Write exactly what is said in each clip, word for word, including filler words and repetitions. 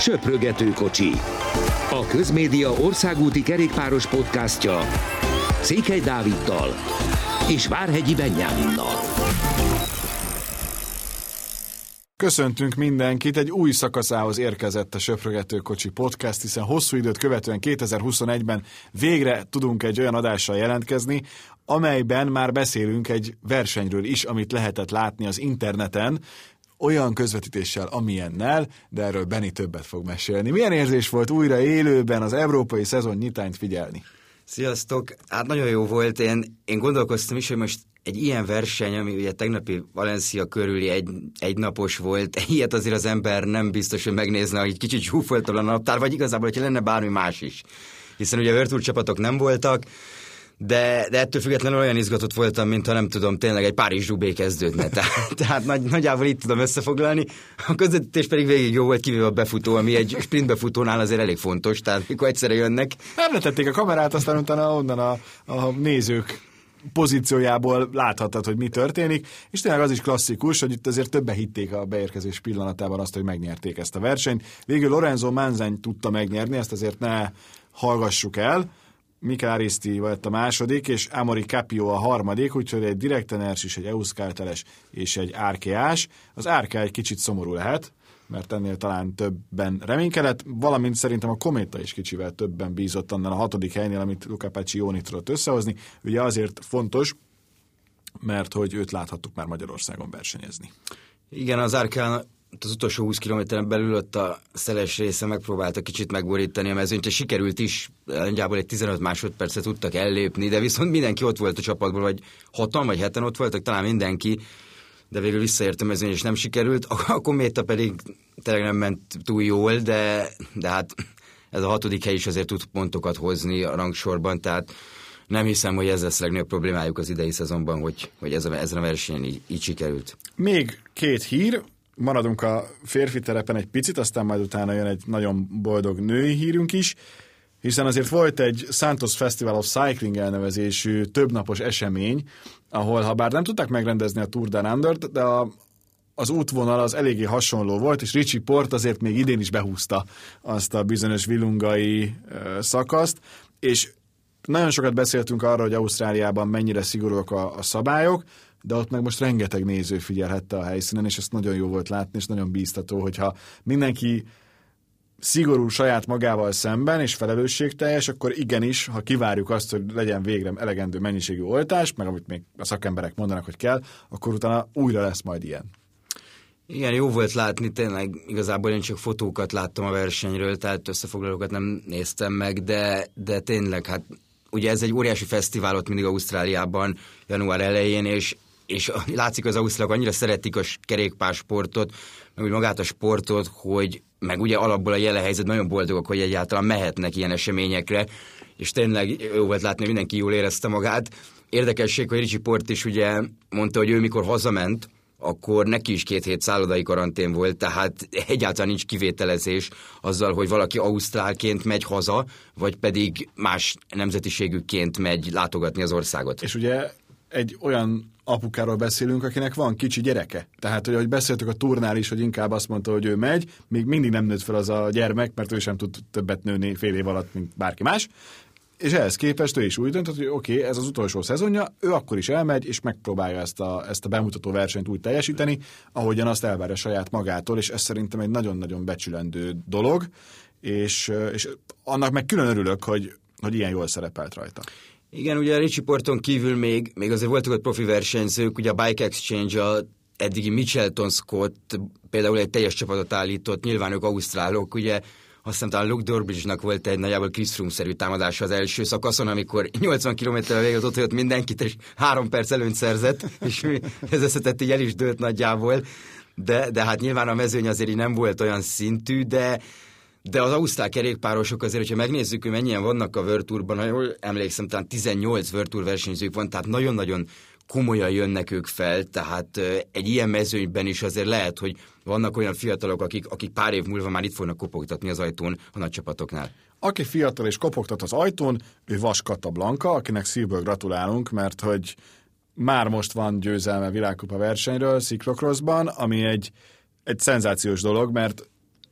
Söprögető kocsi. A Közmédia országúti kerékpáros podcastja Székely Dáviddal és Várhegyi Benyáminnal. Köszöntünk mindenkit, egy új szakaszához érkezett a Söprögető kocsi podcast, hiszen hosszú időt követően kétezer-huszonegyben végre tudunk egy olyan adással jelentkezni, amelyben már beszélünk egy versenyről is, amit lehetett látni az interneten, olyan közvetítéssel, amilyennel, de erről Benni többet fog mesélni. Milyen érzés volt újra élőben az európai szezon nyitányt figyelni? Sziasztok! Hát nagyon jó volt. Én, én gondolkoztam is, hogy most egy ilyen verseny, ami ugye tegnapi Valencia körüli egy, egy napos volt, ilyet azért az ember nem biztos, hogy megnézne, hogy kicsit zsúfoltabb a naptár, vagy igazából, hogyha lenne bármi más is. Hiszen ugye a World Tour csapatok nem voltak, de, de ettől függetlenül olyan izgatott voltam, mintha nem tudom, tényleg egy Párizs-Roubaix kezdődne. Tehát, tehát nagy, nagyjából itt tudom összefoglalni. A közvetítés pedig végig jó volt, kivéve a befutó, ami egy sprintbefutónál azért elég fontos, tehát mikor egyszerre jönnek. Nem letették a kamerát, aztán utána onnan a, a nézők pozíciójából láthattad, hogy mi történik, és tényleg az is klasszikus, hogy itt azért többen hitték a beérkezés pillanatában azt, hogy megnyerték ezt a versenyt. Végül Lorenzo Manzany tudta megnyerni, ezt azért ne hallgassuk el. Mikel Ariszti volt a második, és Amaury Capio a harmadik, úgyhogy egy Direct Energy, egy Euskalteles és egy Arkeás. Az Arke egy kicsit szomorú lehet, mert ennél talán többen reménykedett, valamint szerintem a Kométa is kicsivel többen bízott annál a hatodik helynél, amit Luca Paccioni tudott összehozni. Ugye azért fontos, mert hogy őt láthattuk már Magyarországon versenyezni. Igen, az Arkán az utolsó húsz kilométeren belül ott a szeles része megpróbálta kicsit megborítani a mezőnyt, és sikerült is, nagyjából egy tizenöt másodpercet tudtak ellépni, de viszont mindenki ott volt a csapatból, vagy hatan vagy heten ott voltak, talán mindenki, de végül visszaért a mezőny, és nem sikerült. A Kométa pedig tényleg nem ment túl jól, de, de hát ez a hatodik hely is azért tud pontokat hozni a rangsorban, tehát nem hiszem, hogy ez lesz a legnagyobb problémájuk az idei szezonban, hogy, hogy ez a, ezen a versenyen így, így sikerült. Még két hír, maradunk a férfi terepen egy picit, aztán majd utána jön egy nagyon boldog női hírünk is, hiszen azért volt egy Santos Festival of Cycling elnevezésű többnapos esemény, ahol ha bár nem tudták megrendezni a Tour Down Under-t, de a, az útvonal az eléggé hasonló volt, és Richie Porte azért még idén is behúzta azt a bizonyos vilungai ö, szakaszt, és nagyon sokat beszéltünk arról, hogy Ausztráliában mennyire szigorúak a, a szabályok, de ott meg most rengeteg néző figyelhette a helyszínen, és ezt nagyon jó volt látni, és nagyon bíztató, hogyha mindenki szigorú saját magával szemben, és felelősségteljes, akkor igenis, ha kivárjuk azt, hogy legyen végre elegendő mennyiségű oltás, meg amit még a szakemberek mondanak, hogy kell, akkor utána újra lesz majd ilyen. Igen, jó volt látni, tényleg igazából én csak fotókat láttam a versenyről, tehát összefoglalókat nem néztem meg, de, de tényleg, hát ugye ez egy óriási fesztivál ott mindig Ausztráliában január elején, és és látszik, hogy az ausztrálok annyira szeretik a kerékpársportot, meg úgy magát a sportot, hogy meg ugye alapból a jelen helyzet nagyon boldogok, hogy egyáltalán mehetnek ilyen eseményekre, és tényleg jó volt látni, hogy mindenki jól érezte magát. Érdekesség, hogy Richie Porte is ugye mondta, hogy ő mikor hazament, akkor neki is két hét szállodai karantén volt, tehát egyáltalán nincs kivételezés azzal, hogy valaki ausztrálként megy haza, vagy pedig más nemzetiségűként megy látogatni az országot. És ugye egy olyan apukáról beszélünk, akinek van kicsi gyereke. Tehát, hogy ahogy beszéltük a turnál is, hogy inkább azt mondta, hogy ő megy, még mindig nem nőtt fel az a gyermek, mert ő sem tud többet nőni fél év alatt, mint bárki más. És ehhez képest ő is úgy döntött, hogy oké, okay, ez az utolsó szezonja, ő akkor is elmegy, és megpróbálja ezt a, ezt a bemutató versenyt úgy teljesíteni, ahogyan azt elvárja saját magától, és ez szerintem egy nagyon-nagyon becsülendő dolog, és, és annak meg külön örülök, hogy, hogy ilyen jól szerepelt rajta. Igen, ugye a Richie Porton kívül még, még azért voltak ott profi versenyzők, ugye a Bike Exchange, a eddigi Mitchelton Scott például egy teljes csapatot állított, nyilván ők ausztrálok, ugye azt hiszem talán Luke Durbridge-nak volt egy nagyjából Chris Froome-szerű támadása az első szakaszon, amikor nyolcvan kilométerre végül ott jött mindenkit, és három perc előnyt szerzett, és ez eszetett így el is dőlt nagyjából, de, de hát nyilván a mezőny azért így nem volt olyan szintű, de De az ausztrál kerékpárosok azért, hogyha megnézzük, hogy mennyien vannak a World Tourban, ha jól emlékszem, talán tizennyolc World Tour versenyzők van, tehát nagyon-nagyon komolyan jönnek ők fel, tehát egy ilyen mezőnyben is azért lehet, hogy vannak olyan fiatalok, akik, akik pár év múlva már itt fognak kopogtatni az ajtón a nagy csapatoknál. Aki fiatal és kopogtat az ajtón, ő Vas Katablanka, akinek szívből gratulálunk, mert hogy már most van győzelme világkupa versenyről, cyclocrossban, ami egy, egy szenzációs dolog, mert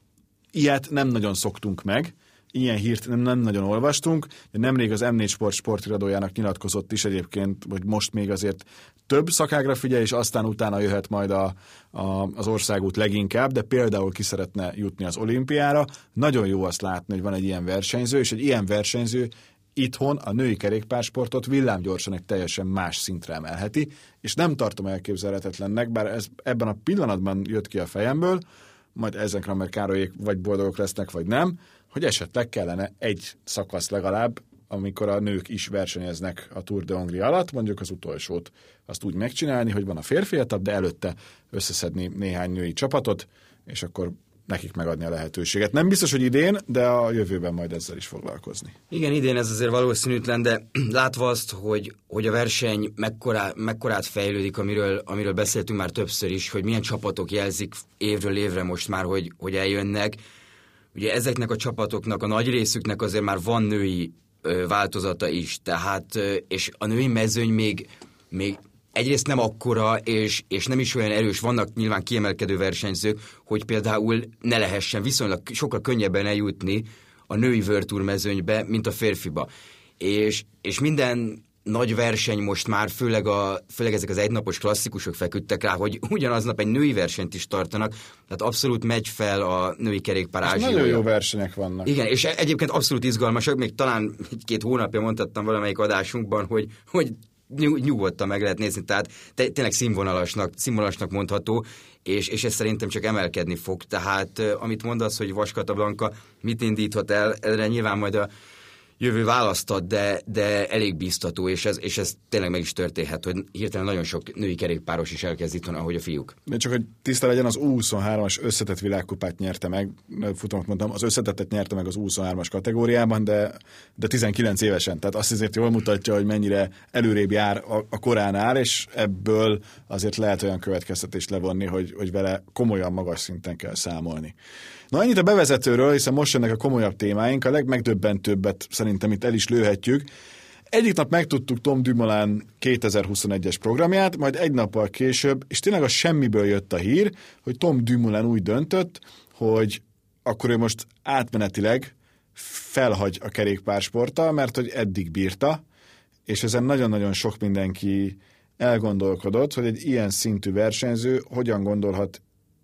ilyet nem nagyon szoktunk meg, ilyen hírt nem, nem nagyon olvastunk. Nemrég az em négy Sport sportiradójának nyilatkozott is egyébként, hogy most még azért több szakágra figyel, és aztán utána jöhet majd a, a, az országút leginkább, de például ki szeretne jutni az olimpiára. Nagyon jó azt látni, hogy van egy ilyen versenyző, és egy ilyen versenyző itthon a női kerékpársportot villámgyorsan egy teljesen más szintre emelheti, és nem tartom elképzelhetetlennek, bár ez ebben a pillanatban jött ki a fejemből, majd ezen Kramer Károlyék vagy boldogok lesznek, vagy nem, hogy esetleg kellene egy szakasz legalább, amikor a nők is versenyeznek a Tour de Hongrie alatt, mondjuk az utolsót azt úgy megcsinálni, hogy van a férfi etap, de előtte összeszedni néhány női csapatot, és akkor nekik megadni a lehetőséget. Nem biztos, hogy idén, de a jövőben majd ezzel is foglalkozni. Igen, idén ez azért valószínűtlen, de látva azt, hogy, hogy a verseny mekkorá, mekkorát fejlődik, amiről, amiről beszéltünk már többször is, hogy milyen csapatok jelzik évről évre most már, hogy, hogy eljönnek. Ugye ezeknek a csapatoknak, a nagy részüknek azért már van női ö, változata is, tehát, ö, és a női mezőny még, még egyrészt nem akkora, és, és nem is olyan erős, vannak nyilván kiemelkedő versenyzők, hogy például ne lehessen viszonylag sokkal könnyebben eljutni a női World Tour mezőnybe, mint a férfiba. És, és minden nagy verseny most már, főleg, a, főleg ezek az egynapos klasszikusok feküdtek rá, hogy ugyanaznap egy női versenyt is tartanak, tehát abszolút megy fel a női kerékpár ázsiója. Nagyon jó versenyek vannak. Igen, és egyébként abszolút izgalmasak, még talán két hónapja mondhattam valamelyik adásunkban, hogy, hogy nyugodtan meg lehet nézni, tehát tényleg színvonalasnak, színvonalasnak mondható, és, és ez szerintem csak emelkedni fog. Tehát amit mondasz, hogy Vaskata Blanka mit indíthat el, erre nyilván majd a jövő választad, de, de elég bíztató, és ez, és ez tényleg meg is történhet, hogy hirtelen nagyon sok női kerékpáros is elkezd itt, ahogy a fiúk. De csak hogy tiszta legyen, az U huszonhármas összetett világkupát nyerte meg, futamot mondtam, az összetettet nyerte meg az U huszonhármas kategóriában, de, de tizenkilenc évesen, tehát azt azért jól mutatja, hogy mennyire előrébb jár a, a koránál, és ebből azért lehet olyan következtetést levonni, hogy, hogy vele komolyan magas szinten kell számolni. Na ennyit a bevezetőről, hiszen most jönnek a komolyabb témáink, a legmegdöbbentőbbet szerintem itt el is lőhetjük. Egyik nap megtudtuk Tom Dumoulin kétezer-huszonegyes programját, majd egy nappal később, és tényleg a semmiből jött a hír, hogy Tom Dumoulin úgy döntött, hogy akkor ő most átmenetileg felhagy a kerékpársporttal, mert hogy eddig bírta, és ezen nagyon-nagyon sok mindenki elgondolkodott, hogy egy ilyen szintű versenyző hogyan gondolhat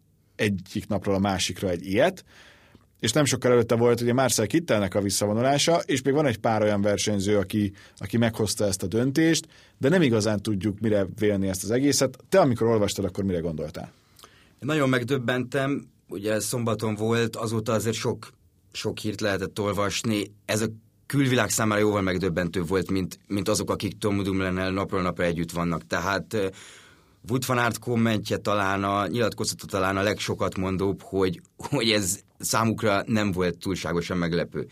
egyik napról a másikra egy ilyet, és nem sokkal előtte volt ugye Marcel Kittelnek a visszavonulása, és még van egy pár olyan versenyző, aki, aki meghozta ezt a döntést, de nem igazán tudjuk mire vélni ezt az egészet. Te, amikor olvastad, akkor mire gondoltál? Nagyon megdöbbentem, ugye szombaton volt, azóta azért sok, sok hírt lehetett olvasni, ez a külvilág számára jóval megdöbbentő volt, mint, mint azok, akik Tom Dumoulin-nel napról napra együtt vannak, tehát Wout van Aert kommentje talán, a nyilatkozata talán a legsokat mondóbb, hogy, hogy ez számukra nem volt túlságosan meglepő.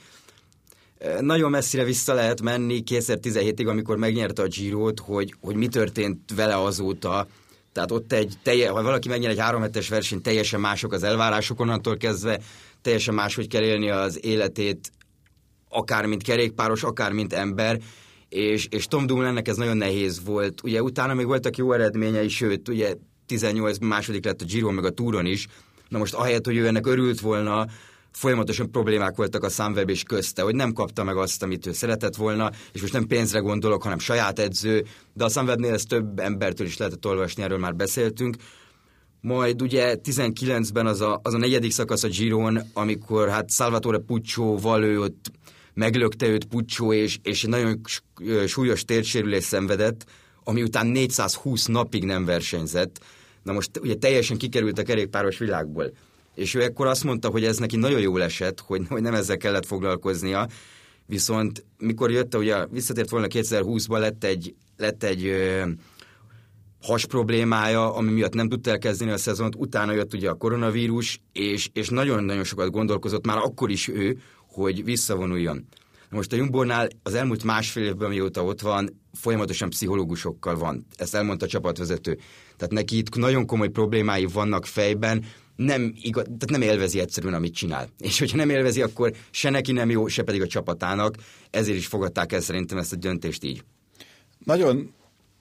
Nagyon messzire vissza lehet menni kétezer-tizenhétig, amikor megnyerte a Girót, hogy, hogy mi történt vele azóta. Tehát ott egy, telje, ha valaki megnyer egy három hetes versenyt, teljesen mások az elvárások onnantól kezdve, teljesen máshogy kell élni az életét, akár mint kerékpáros, akár mint ember, és, és Tom Dumoulinnek ez nagyon nehéz volt. Ugye utána még voltak jó eredményei, sőt, ugye tizennyolc második lett a Giron, meg a Touron is. Na most ahelyett, hogy ő ennek örült volna, folyamatosan problémák voltak a Sunweb és közte, hogy nem kapta meg azt, amit ő szeretett volna, és most nem pénzre gondolok, hanem saját edző, de a Sunwebnél ezt több embertől is lehetett olvasni, erről már beszéltünk. Majd ugye tizenkilencben az a, az a negyedik szakasz a Giron, amikor hát Salvatore Puccio-val ő ott meglökte őt Puccio, és, és egy nagyon súlyos térsérülés szenvedett, ami után négyszázhúsz napig nem versenyzett. Na most ugye teljesen kikerült a kerékpáros világból. És ő ekkor azt mondta, hogy ez neki nagyon jól esett, hogy, hogy nem ezzel kellett foglalkoznia, viszont mikor jött, ugye visszatért volna kétezer-húszban, lett egy, lett egy ö, has problémája, ami miatt nem tudta elkezdeni a szezont, utána jött ugye a koronavírus, és, és nagyon-nagyon sokat gondolkozott már akkor is ő, hogy visszavonuljon. Most a Jumbo-nál az elmúlt másfél évben, mióta ott van, folyamatosan pszichológusokkal van. Ezt elmondta a csapatvezető. Tehát neki itt nagyon komoly problémái vannak fejben, nem, igaz, tehát nem élvezi egyszerűen, amit csinál. És hogyha nem élvezi, akkor se neki nem jó, se pedig a csapatának. Ezért is fogadták el szerintem ezt a döntést így. Nagyon,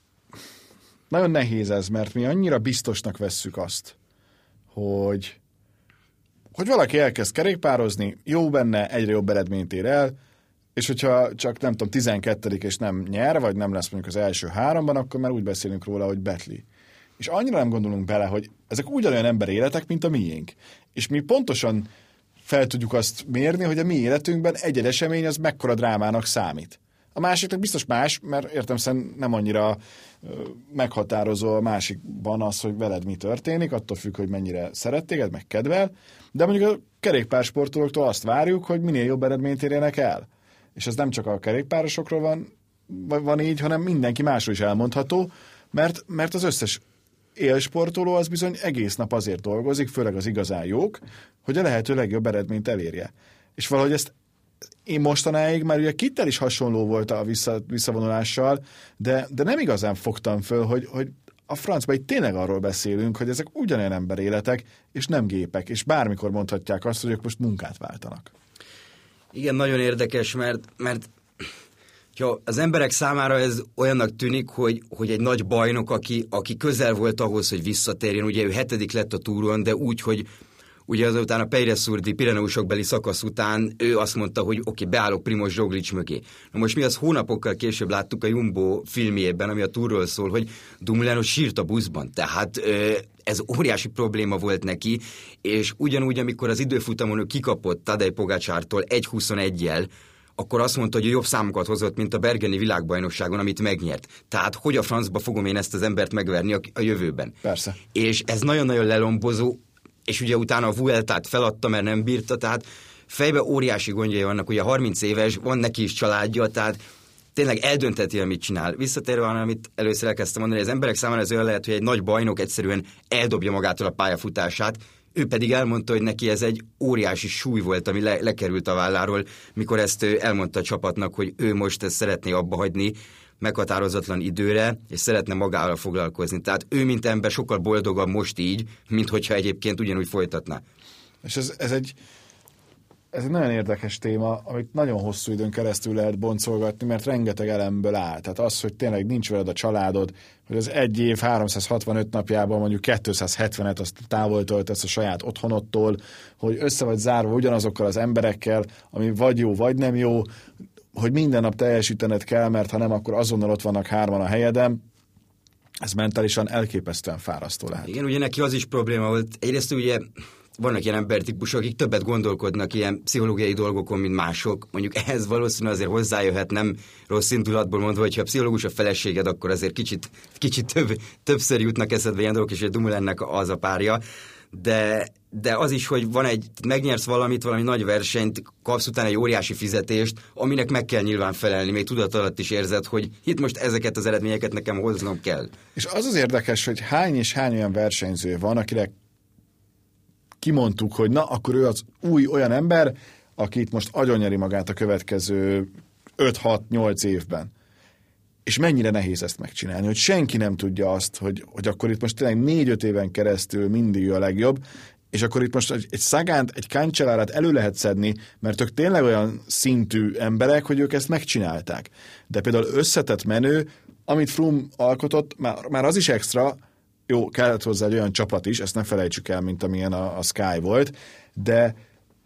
nagyon nehéz ez, mert mi annyira biztosnak vesszük azt, hogy hogy valaki elkezd kerékpározni, jó benne, egyre jobb eredményt ér el, és hogyha csak nem tudom, tizenkettedik és nem nyer, vagy nem lesz mondjuk az első háromban, akkor már úgy beszélünk róla, hogy betli. És annyira nem gondolunk bele, hogy ezek ugyanolyan ember életek, mint a miénk. És mi pontosan fel tudjuk azt mérni, hogy a mi életünkben egy-egy esemény az mekkora drámának számít. A másiknak biztos más, mert értem szerint nem annyira meghatározó a másikban az, hogy veled mi történik, attól függ, hogy mennyire szeret téged, meg kedvel, de mondjuk a kerékpársportolóktól azt várjuk, hogy minél jobb eredményt érjenek el. És ez nem csak a kerékpárosokról van, van így, hanem mindenki másról is elmondható, mert, mert az összes élsportoló az bizony egész nap azért dolgozik, főleg az igazán jók, hogy a lehető legjobb eredményt elérje. És valahogy ezt én mostanáig már ugye Kittel is hasonló volt a vissza, visszavonulással, de, de nem igazán fogtam föl, hogy, hogy a francban itt tényleg arról beszélünk, hogy ezek ugyanolyan emberéletek, és nem gépek, és bármikor mondhatják azt, hogy ők most munkát váltanak. Igen, nagyon érdekes, mert, mert ja, az emberek számára ez olyannak tűnik, hogy, hogy egy nagy bajnok, aki, aki közel volt ahhoz, hogy visszatérjen, ugye ő hetedik lett a túron, de úgy, hogy ugye azután a Peyresourdi Pireneusokbeli szakasz után ő azt mondta, hogy oké, okay, beállok Primož Roglič mögé. Na most mi az hónapokkal később láttuk a Jumbo filmjében, ami a túról szól, hogy Dumoulin sírt a buszban. Tehát ez óriási probléma volt neki, és ugyanúgy, amikor az időfutamon ő kikapott Tadej Pogačartól egy huszonegyel, akkor azt mondta, hogy jobb számokat hozott, mint a bergeni világbajnokságon, amit megnyert. Tehát hogy a francba fogom én ezt az embert megverni a, a jövőben? Persze. És ez nagyon-nagyon lelombozó, és ugye utána a Vueltát feladta, mert nem bírta, tehát fejbe óriási gondjai vannak, ugye harminc éves, van neki is családja, tehát tényleg eldöntheti, amit csinál. Visszatérve, amit először elkezdtem mondani, az emberek számára ez olyan lehet, hogy egy nagy bajnok egyszerűen eldobja magától a pályafutását, ő pedig elmondta, hogy neki ez egy óriási súly volt, ami le- lekerült a válláról, mikor ezt elmondta a csapatnak, hogy ő most ezt szeretné abba hagyni meghatározatlan időre, és szeretne magával foglalkozni. Tehát ő, mint ember, sokkal boldogabb most így, mint hogyha egyébként ugyanúgy folytatná. És ez, ez egy ez egy nagyon érdekes téma, amit nagyon hosszú időn keresztül lehet boncolgatni, mert rengeteg elemből áll. Tehát az, hogy tényleg nincs veled a családod, hogy az egy év háromszázhatvanöt napjában mondjuk kétszázhetvenet azt távol töltesz a saját otthonodtól, hogy össze vagy zárva ugyanazokkal az emberekkel, ami vagy jó, vagy nem jó, hogy minden nap teljesítened kell, mert ha nem, akkor azonnal ott vannak hárman a helyeden, ez mentálisan elképesztően fárasztó lehet. Igen, ugye neki az is probléma volt. Egyrészt ugye vannak ilyen embertípusok, akik többet gondolkodnak ilyen pszichológiai dolgokon, mint mások. Mondjuk ehhez valószínűleg azért hozzájöhet, nem rossz indulatból mondva, hogy ha a pszichológus a feleséged, akkor azért kicsit, kicsit több, többször jutnak eszedbe ilyen dolgok, és hogy Dumoulinnek az a párja. De, de az is, hogy van egy, megnyersz valamit, valami nagy versenyt, kapsz utána egy óriási fizetést, aminek meg kell nyilván felelni, még tudat alatt is érzed, hogy itt most ezeket az eredményeket nekem hoznom kell. És az az érdekes, hogy hány és hány olyan versenyző van, akire kimondtuk, hogy na, akkor ő az új olyan ember, aki itt most agyonnyeri magát a következő öt-hat-nyolc évben. És mennyire nehéz ezt megcsinálni, hogy senki nem tudja azt, hogy, hogy akkor itt most tényleg négy-öt éven keresztül mindig ő a legjobb, és akkor itt most egy, egy Sagánt, egy Cancellárát elő lehet szedni, mert ők tényleg olyan szintű emberek, hogy ők ezt megcsinálták. De például összetett menő, amit Froome alkotott, már, már az is extra, jó, kellett hozzá egy olyan csapat is, ezt ne felejtsük el, mint amilyen a, a Sky volt, de,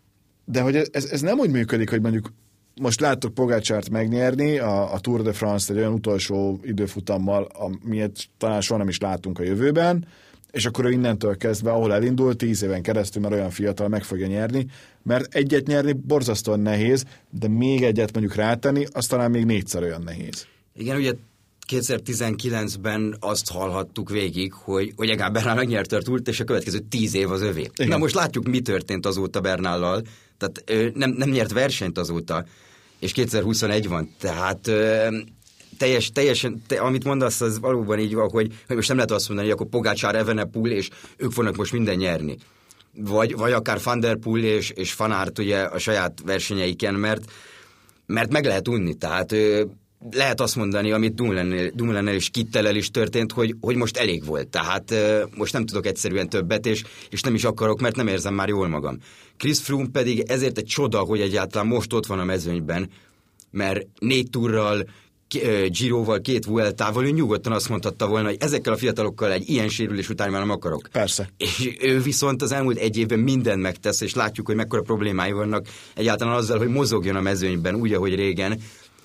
de hogy ez, ez nem úgy működik, hogy mondjuk most láttuk Pogačart megnyerni a, a Tour de France egy olyan utolsó időfutammal, amilyet talán soha nem is látunk a jövőben, és akkor ő innentől kezdve, ahol elindult, tíz éven keresztül már olyan fiatal meg fogja nyerni, mert egyet nyerni borzasztóan nehéz, de még egyet mondjuk rátenni, az talán még négyszer olyan nehéz. Igen, ugye kétezer-tizenkilencben azt hallhattuk végig, hogy, hogy Egan Bernal megnyerte a Tourt, és a következő tíz év az övé. Igen. Na most látjuk, mi történt azóta Bernallal, tehát ö, nem, nem nyert versenyt azóta, és kétezer-huszonegy van, tehát ö, teljes, teljesen, te, amit mondasz, az valóban így van, hogy, hogy most nem lehet azt mondani, hogy akkor Pogačar, Evenepoel, és ők fognak most minden nyerni. Vagy, vagy akár Van der Poel és, és Van Aert ugye a saját versenyeiken, mert, mert meg lehet unni, tehát ö, lehet azt mondani, amit Dumoulinnel és Kittellel is történt, hogy, hogy most elég volt. Tehát ö, most nem tudok egyszerűen többet, és, és nem is akarok, mert nem érzem már jól magam. Chris Froome pedig ezért egy csoda, hogy egyáltalán most ott van a mezőnyben, mert négy túrral Giroval, két Vueltával, ő nyugodtan azt mondhatta volna, hogy ezekkel a fiatalokkal egy ilyen sérülés után már nem akarok. Persze. És ő viszont az elmúlt egy évben mindent megtesz, és látjuk, hogy mekkora problémái vannak egyáltalán azzal, hogy mozogjon a mezőnyben úgy, ahogy régen,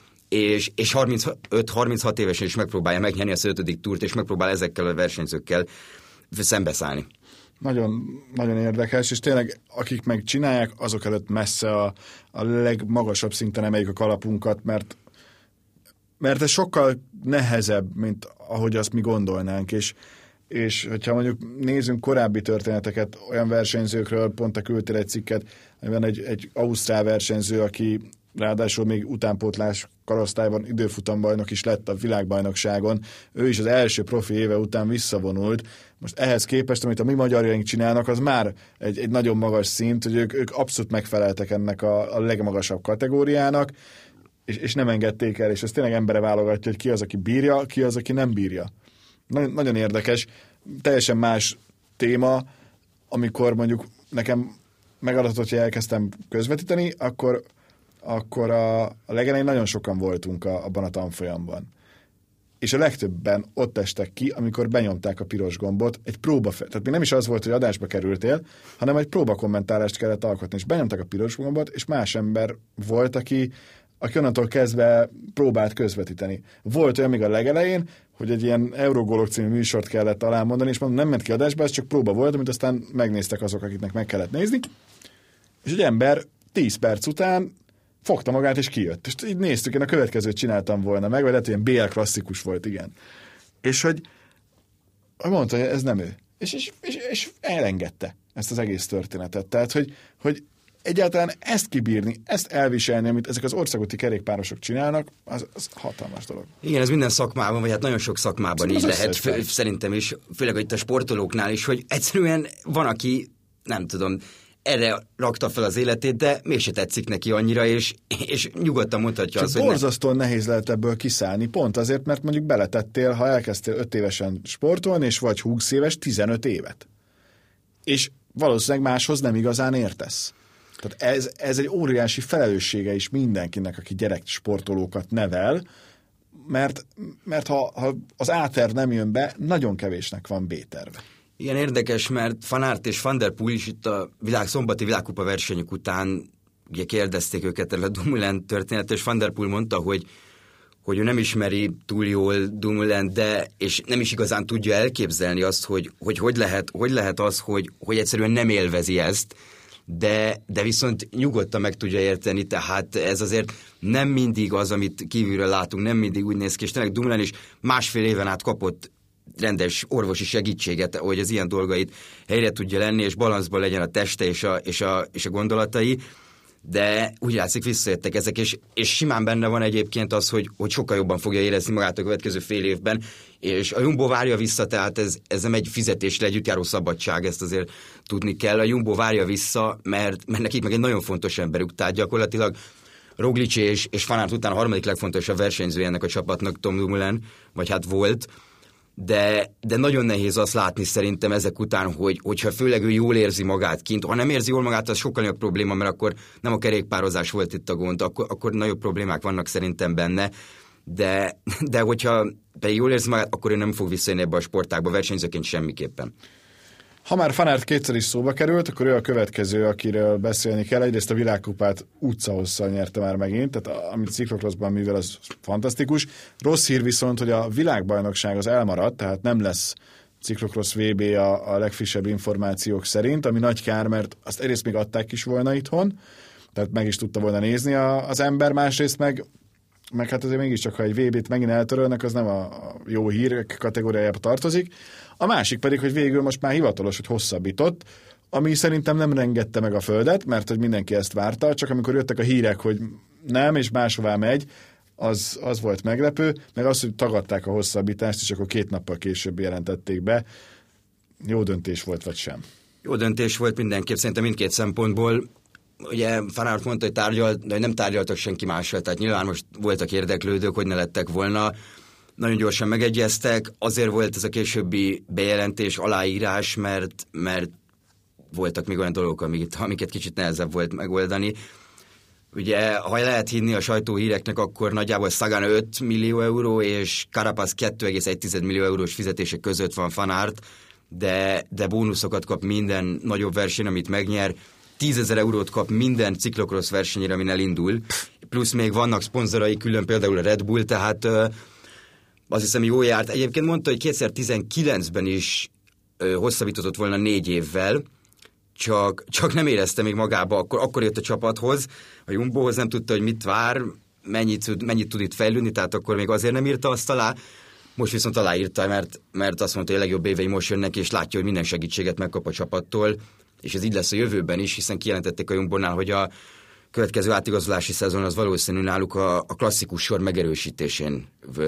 és, és harmincöt-harminchat évesen is megpróbálja megnyerni a ötödik túrt, és megpróbál ezekkel a versenyzőkkel szembeszállni. Nagyon, nagyon érdekes, és tényleg akik meg csinálják, azok előtt messze a, a legmagasabb szinten emeljük a kalapunkat, mert, mert ez sokkal nehezebb, mint ahogy azt mi gondolnánk, és, és hogyha mondjuk nézzünk korábbi történeteket olyan versenyzőkről, pont a küldtél egy cikket, amiben egy, egy ausztrál versenyző, aki ráadásul még utánpótlás korosztályban időfutambajnok is lett a világbajnokságon. Ő is az első profi éve után visszavonult. Most ehhez képest, amit a mi magyarjaink csinálnak, az már egy, egy nagyon magas szint, hogy ők, ők abszolút megfeleltek ennek a, a legmagasabb kategóriának, és, és nem engedték el, és ez tényleg embere válogatja, hogy ki az, aki bírja, ki az, aki nem bírja. Nagyon, nagyon érdekes, teljesen más téma, amikor mondjuk nekem megadatott, hogy elkezdtem közvetíteni, akkor akkor a, a legelején nagyon sokan voltunk a, abban a tanfolyamban. És a legtöbben ott estek ki, amikor benyomták a piros gombot, egy próba, tehát még nem is az volt, hogy adásba kerültél, hanem egy próbakommentálást kellett alkotni, és benyomták a piros gombot, és más ember volt, aki, aki onnantól kezdve próbált közvetíteni. Volt olyan még a legelején, hogy egy ilyen Eurogólok című műsort kellett alámondani, és mondom, nem ment ki adásba, ez csak próba volt, amit aztán megnéztek azok, akiknek meg kellett nézni, és egy ember tíz perc után fogta magát, és kijött. És így néztük, én a következőt csináltam volna meg, vagy lehet, hogy ilyen bé el klasszikus volt, igen. És hogy mondta, hogy ez nem ő. És, és, és, és elengedte ezt az egész történetet. Tehát, hogy, hogy egyáltalán ezt kibírni, ezt elviselni, amit ezek az országúti kerékpárosok csinálnak, az, az hatalmas dolog. Igen, ez minden szakmában, vagy hát nagyon sok szakmában ez így lehet, fő, szerintem is, főleg itt a sportolóknál is, hogy egyszerűen van, aki, nem tudom, erre rakta fel az életét, de mégse tetszik neki annyira, és, és nyugodtan mondhatja Csak azt, hogy... borzasztóan ne... nehéz lehet ebből kiszállni, pont azért, mert mondjuk beletettél, ha elkezdtél öt évesen sportolni, és vagy húsz éves, tizenöt évet. És valószínűleg máshoz nem igazán értesz. Tehát ez, ez egy óriási felelőssége is mindenkinek, aki gyerek sportolókat nevel, mert, mert ha, ha az A-terv nem jön be, nagyon kevésnek van B-terve. Igen, érdekes, mert Van Aert és Van der Poel is itt a világ, szombati világkupa versenyük után ugye kérdezték őket erről a Dumoulin történetet, és Van der Poel mondta, hogy, hogy ő nem ismeri túl jól Dumoulin, de és nem is igazán tudja elképzelni azt, hogy hogy, hogy, lehet, hogy lehet az, hogy, hogy egyszerűen nem élvezi ezt, de, de viszont nyugodtan meg tudja érteni, tehát ez azért nem mindig az, amit kívülről látunk, nem mindig úgy néz ki, és tényleg Dumoulin is másfél éven át kapott rendes orvosi segítséget, hogy az ilyen dolgait helyre tudja lenni, és balanszban legyen a teste és a, és a, és a gondolatai, de úgy látszik visszajöttek ezek, és, és simán benne van egyébként az, hogy, hogy sokkal jobban fogja érezni magát a következő fél évben, és a Jumbo várja vissza, tehát ez, ez nem egy fizetésre együtt járó szabadság, ezt azért tudni kell. A Jumbo várja vissza, mert, mert nekik meg egy nagyon fontos emberük, tehát gyakorlatilag Roglic és, és Van Aert után a harmadik legfontosabb versenyzője ennek a csapatnak Tom Dumoulin, vagy hát volt, De, de nagyon nehéz azt látni szerintem ezek után, hogy, hogyha főleg ő jól érzi magát kint. Ha nem érzi jól magát, az sokkal nagyobb probléma, mert akkor nem a kerékpározás volt itt a gond, akkor, akkor nagyobb problémák vannak szerintem benne. De, de hogyha pedig jól érzi magát, akkor ő nem fog visszajönni ebbe a sportágba, versenyzőként semmiképpen. Ha már Van Aert kétszer is szóba került, akkor ő a következő, akiről beszélni kell. Egyrészt a világkupát utcahosszal nyerte már megint, tehát amit sziklokroszban művel, az fantasztikus. Rossz hír viszont, hogy a világbajnokság az elmaradt, tehát nem lesz sziklokrosz vé bé a, a legfrissebb információk szerint, ami nagy kár, mert azt egyrészt még adták is volna itthon, tehát meg is tudta volna nézni a, az ember, másrészt meg meg hát azért mégiscsak, ha egy vé bét megint eltörölnek, az nem a jó hír kategóriájába tartozik. A másik pedig, hogy végül most már hivatalos, hogy hosszabbított, ami szerintem nem rengette meg a földet, mert hogy mindenki ezt várta, csak amikor jöttek a hírek, hogy nem, és máshová megy, az, az volt meglepő, meg az, hogy tagadták a hosszabbítást, és akkor két nappal később jelentették be. Jó döntés volt, vagy sem? Jó döntés volt mindenképp, szerintem mindkét szempontból. Ugye Van Aert mondta, hogy tárgyalt, de nem tárgyaltak senki mással, tehát nyilván most voltak érdeklődők, hogy ne lettek volna. Nagyon gyorsan megegyeztek, azért volt ez a későbbi bejelentés, aláírás, mert, mert voltak még olyan dolgok, amiket, amiket kicsit nehezebb volt megoldani. Ugye, ha lehet hinni a sajtóhíreknek, akkor nagyjából Sagan öt millió euró, és Carapaz két egész egy millió eurós fizetése között van Van Aert, de, de bónuszokat kap minden nagyobb verseny, amit megnyer, tízezer eurót kap minden ciklokrosz versenyére, amin elindul, plusz még vannak szponzorai külön, például a Red Bull, tehát azt hiszem jó járt. Egyébként mondta, hogy kétezer-tizenkilencben is hosszabbított volna négy évvel, csak, csak nem érezte még magába, akkor, akkor jött a csapathoz, a Jumbohoz, nem tudta, hogy mit vár, mennyit, mennyit tud itt fejlődni, tehát akkor még azért nem írta azt alá. Most viszont aláírta, mert, mert azt mondta, hogy a legjobb évei most jönnek, és látja, hogy minden segítséget megkap a csapattól, és ez így lesz a jövőben is, hiszen kijelentették a Jumbonál, hogy a következő átigazolási szezon az valószínű náluk a, a klasszikus sor megerősítésén.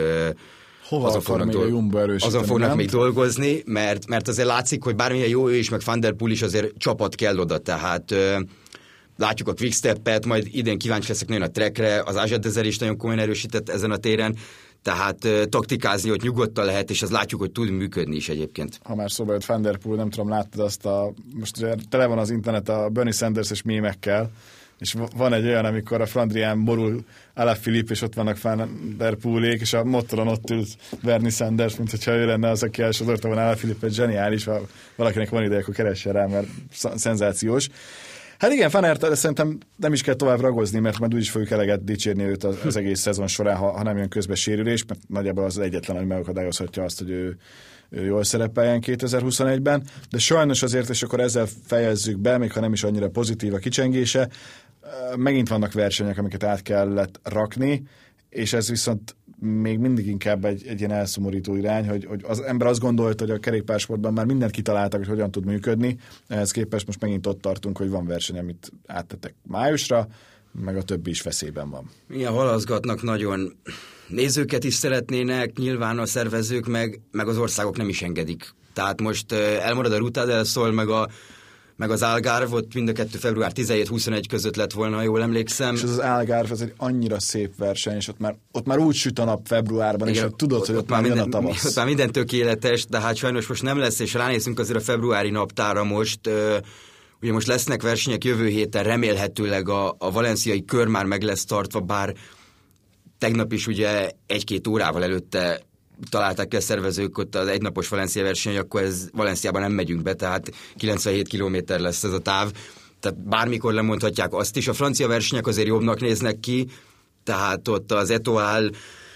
Hova azon akar még a Jumbo erősíteni? Azon fognak nem? még dolgozni, mert, mert azért látszik, hogy bármilyen jó ő is, meg Van der Poel is, azért csapat kell oda, tehát ö, látjuk a Quickstep-et, majd idén kíváncsi leszek nagyon a Trekre, az Ajadezer is nagyon komolyan erősített ezen a téren, tehát ö, taktikázni, hogy nyugodtan lehet, és az látjuk, hogy tud működni is egyébként. Ha már szóba jött Van der Poel, nem tudom, láttad azt a, most ugye tele van az internet a Bernie Sanders-es mémekkel, és van egy olyan, amikor a Flandrián borul Alaphilippe, és ott vannak Van der Poelék, és a motoron ott ült Bernie Sanders, mint hogyha ő lenne az, aki elsodorta volna Alaphilippe, zseniális, ha valakinek van ideje, akkor keressen rá, mert szenzációs. Hát igen, Van Aert, szerintem nem is kell tovább ragozni, mert majd úgyis fogjuk eleget dicsérni őt az, az egész szezon során, ha, ha nem jön közbe sérülés, mert nagyjából az egyetlen, ami megakadályozhatja azt, hogy ő, ő jól szerepeljen kétezer-huszonegyben, de sajnos azért, és akkor ezzel fejezzük be, még ha nem is annyira pozitív a kicsengése, megint vannak versenyek, amiket át kellett rakni, és ez viszont még mindig inkább egy, egy ilyen elszomorító irány, hogy, hogy az ember azt gondolta, hogy a kerékpársportban már mindent kitaláltak, hogy hogyan tud működni, ehhez képest most megint ott tartunk, hogy van verseny, amit áttettek májusra, meg a többi is veszélyben van. Igen, halaszgatnak nagyon. Nézőket is szeretnének, nyilván a szervezők, meg, meg az országok nem is engedik. Tehát most elmarad a Ruta del Sol, meg a meg az Algarve, ott mind a kettő február tizenhét-huszonegy között lett volna, ha jól emlékszem. És az Algarve, ez egy annyira szép verseny, és ott már, ott már úgy süt a nap februárban, igen, és ott tudod, ott, hogy ott, ott már minden, jön a tavasz. Ott már minden tökéletes, de hát sajnos most nem lesz, és ránézünk azért a februári naptára most. Uh, ugye most lesznek versenyek jövő héten, remélhetőleg a, a valenciai kör már meg lesz tartva, bár tegnap is ugye egy-két órával előtte találták ki a szervezők ott az egynapos Valencia verseny, akkor ez Valenciában nem megyünk be, tehát kilencvenhét kilométer lesz ez a táv, tehát bármikor lemondhatják azt is. A francia versenyek azért jobbnak néznek ki, tehát ott az Etoile,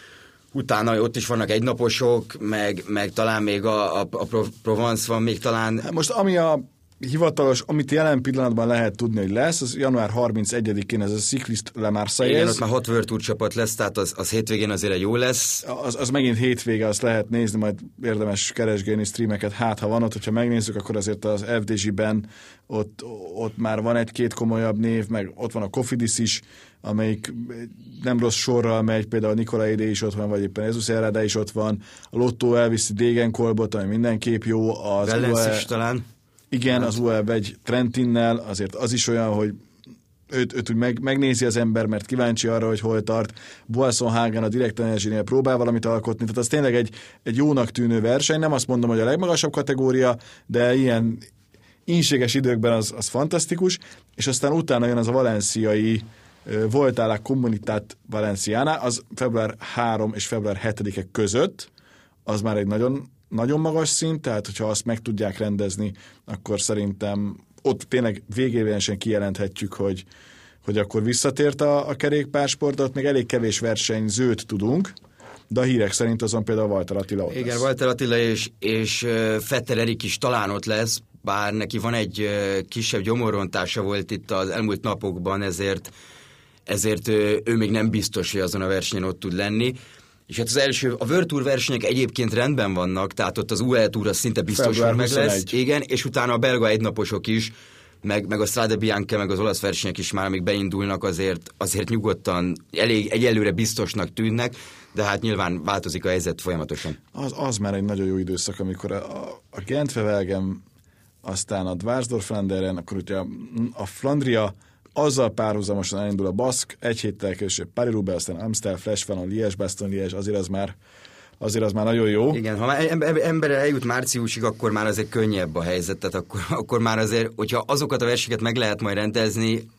utána ott is vannak egynaposok, meg, meg talán még a, a, a Provence van még talán. Most ami a hivatalos, amit jelen pillanatban lehet tudni, hogy lesz, az január harmincegyedikén ez a Cycliste Le Marseillaise. Igen, ott már hat World Tour csapat lesz, tehát az, az hétvégén azért jó lesz. Az, az megint hétvége, azt lehet nézni, majd érdemes keresgélni streameket, hát ha van ott, hogyha megnézzük, akkor azért az ef dé gé-ben ott, ott már van egy-két komolyabb név, meg ott van a Cofidis is, amelyik nem rossz sorral megy, például Nicola Idé is ott van, vagy éppen Jesus Herrada is ott van, a Lotto elviszi Degenkolbot, ami mindenképp jó. Az Wellens is talán. Igen, az u á é egy Trentinnel, azért az is olyan, hogy őt, őt úgy meg, megnézi az ember, mert kíváncsi arra, hogy hol tart. Boasson Hagen a Direct Energy-nél próbál valamit alkotni, tehát az tényleg egy, egy jónak tűnő verseny, nem azt mondom, hogy a legmagasabb kategória, de ilyen ínséges időkben az, az fantasztikus, és aztán utána jön az a valenciai Volta a la Comunitat Valenciana, az február harmadika és február hetedike között, az már egy nagyon nagyon magas szint, tehát hogyha azt meg tudják rendezni, akkor szerintem ott tényleg végévenesen kijelenthetjük, hogy, hogy akkor visszatért a, a kerékpársport, de ott még elég kevés versenyzőt tudunk, de a hírek szerint azon például Walter Attila ott Igen, lesz. Walter Attila és, és Fetter Erik is talán ott lesz, bár neki van egy kisebb gyomorrontása volt itt az elmúlt napokban, ezért, ezért ő még nem biztos, hogy azon a versenyen ott tud lenni. És hát az első, a World Tour versenyek egyébként rendben vannak, tehát ott az u á é Tour az szinte biztos, hogy meg lesz. Igen, és utána a belga egynaposok is, meg, meg a Strade Bianche, meg az olasz versenyek is már, amik beindulnak, azért, azért nyugodtan, elég egyelőre biztosnak tűnnek, de hát nyilván változik a helyzet folyamatosan. Az, az már egy nagyon jó időszak, amikor a, a Gent-Wevelgem, aztán a Dwarsdorf-Flanderen, akkor ugye a, a Flandria, azzal párhuzamosan elindul a Baszk, egy héttel később Paris-Roubaix, aztán Amstel, Flesch-Vallon, Liège, Bastogne-Liège, azért az már azért az már nagyon jó. Igen, ha ember eljut márciusig, akkor már azért könnyebb a helyzet, tehát akkor, akkor már azért, hogyha azokat a versenyeket meg lehet majd rendezni,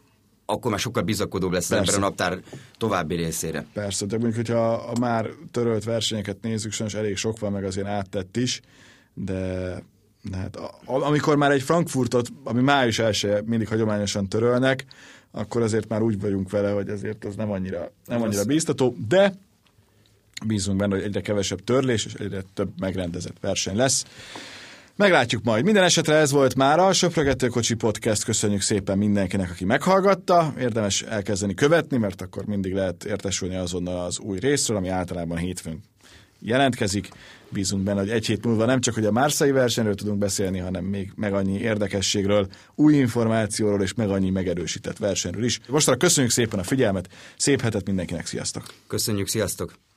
akkor már sokkal bizakodóbb lesz az ember a naptár további részére. Persze, de mondjuk, hogyha a már törölt versenyeket nézzük, sajnos elég sok van, meg azért áttett is, de hát amikor már egy Frankfurtot, ami május elsője mindig hagyományosan törölnek, akkor azért már úgy vagyunk vele, hogy azért az nem annyira, nem annyira bíztató, de bízunk benne, hogy egyre kevesebb törlés, és egyre több megrendezett verseny lesz. Meglátjuk majd. Minden esetre ez volt már a Söprögető Kocsi Podcast. Köszönjük szépen mindenkinek, aki meghallgatta. Érdemes elkezdeni követni, mert akkor mindig lehet értesülni azonnal az új részről, ami általában hétfőn jelentkezik. Bízunk benne, hogy egy hét múlva nem csak hogy a Marseille versenyről tudunk beszélni, hanem még meg annyi érdekességről, új információról és meg annyi megerősített versenyről is. Mostanra köszönjük szépen a figyelmet, szép hetet mindenkinek, sziasztok! Köszönjük, sziasztok!